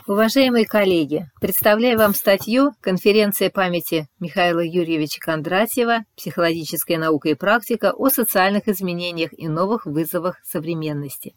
Уважаемые коллеги, представляю вам статью «Конференция памяти Михаила Юрьевича Кондратьева. Психологическая наука и практика о социальных изменениях и новых вызовах современности».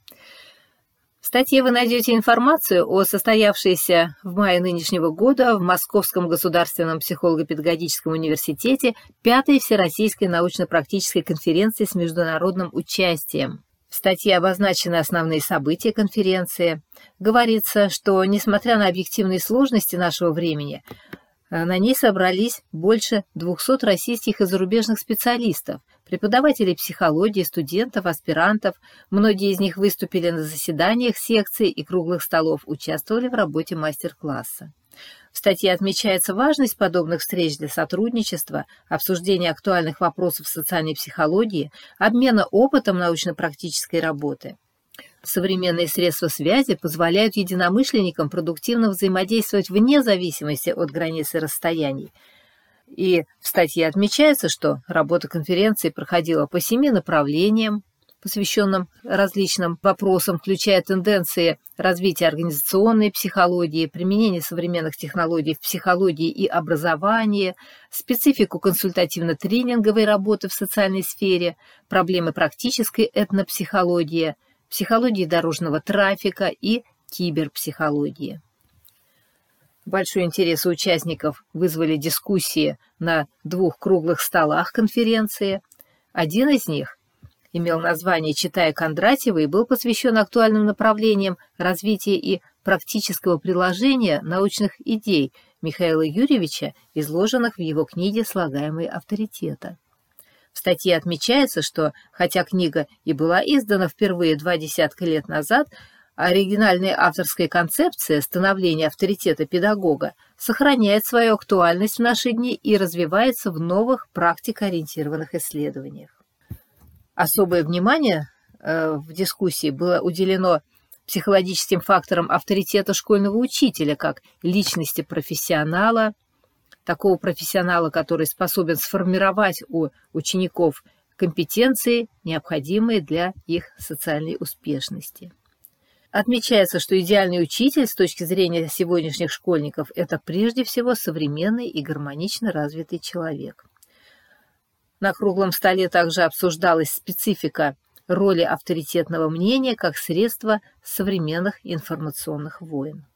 В статье вы найдете информацию о состоявшейся в мае нынешнего года в Московском государственном психолого-педагогическом университете 5-й Всероссийской научно-практической конференции с международным участием. В статье обозначены основные события конференции. Говорится, что, несмотря на объективные сложности нашего времени, на ней собрались больше 200 российских и зарубежных специалистов, преподавателей психологии, студентов, аспирантов. Многие из них выступили на заседаниях секций и круглых столов, участвовали в работе мастер-класса. В статье отмечается важность подобных встреч для сотрудничества, обсуждения актуальных вопросов социальной психологии, обмена опытом научно-практической работы. Современные средства связи позволяют единомышленникам продуктивно взаимодействовать вне зависимости от границ и расстояний. И в статье отмечается, что работа конференции проходила по 7 направлениям, посвященным различным вопросам, включая тенденции развития организационной психологии, применение современных технологий в психологии и образовании, специфику консультативно-тренинговой работы в социальной сфере, проблемы практической этнопсихологии, психологии дорожного трафика и киберпсихологии. Большой интерес у участников вызвали дискуссии на 2 круглых столах конференции. Один из них имел название «Читая Кондратьева» и был посвящен актуальным направлениям развития и практического приложения научных идей Михаила Юрьевича, изложенных в его книге «Слагаемые авторитета». В статье отмечается, что, хотя книга и была издана впервые 20 лет назад, оригинальная авторская концепция становления авторитета педагога сохраняет свою актуальность в наши дни и развивается в новых практикоориентированных исследованиях. Особое внимание в дискуссии было уделено психологическим факторам авторитета школьного учителя как личности профессионала, такого профессионала, который способен сформировать у учеников компетенции, необходимые для их социальной успешности. Отмечается, что идеальный учитель с точки зрения сегодняшних школьников – это прежде всего современный и гармонично развитый человек. На круглом столе также обсуждалась специфика роли авторитетного мнения как средства современных информационных войн.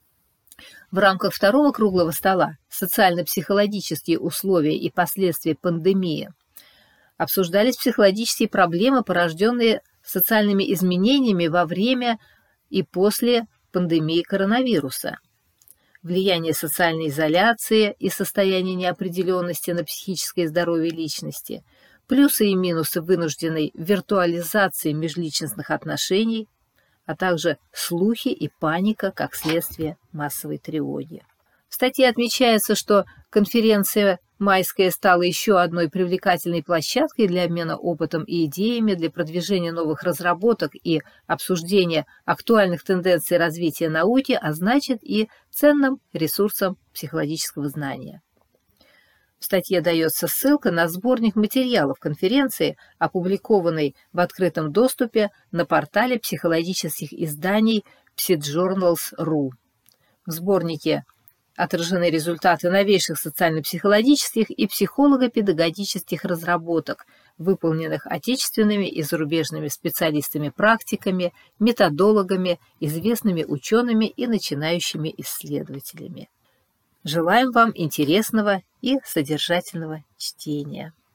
В рамках 2-го круглого стола «Социально-психологические условия и последствия пандемии» обсуждались психологические проблемы, порожденные социальными изменениями во время и после пандемии коронавируса. Влияние социальной изоляции и состояние неопределенности на психическое здоровье личности, плюсы и минусы вынужденной виртуализации межличностных отношений, а также слухи и паника как следствие массовой тревоги. В статье отмечается, что конференция майская стала еще одной привлекательной площадкой для обмена опытом и идеями, для продвижения новых разработок и обсуждения актуальных тенденций развития науки, а значит и ценным ресурсом психологического знания. В статье дается ссылка на сборник материалов конференции, опубликованный в открытом доступе на портале психологических изданий PsyJournals.ru. В сборнике отражены результаты новейших социально-психологических и психолого-педагогических разработок, выполненных отечественными и зарубежными специалистами-практиками, методологами, известными учеными и начинающими исследователями. Желаем вам интересного и содержательного чтения.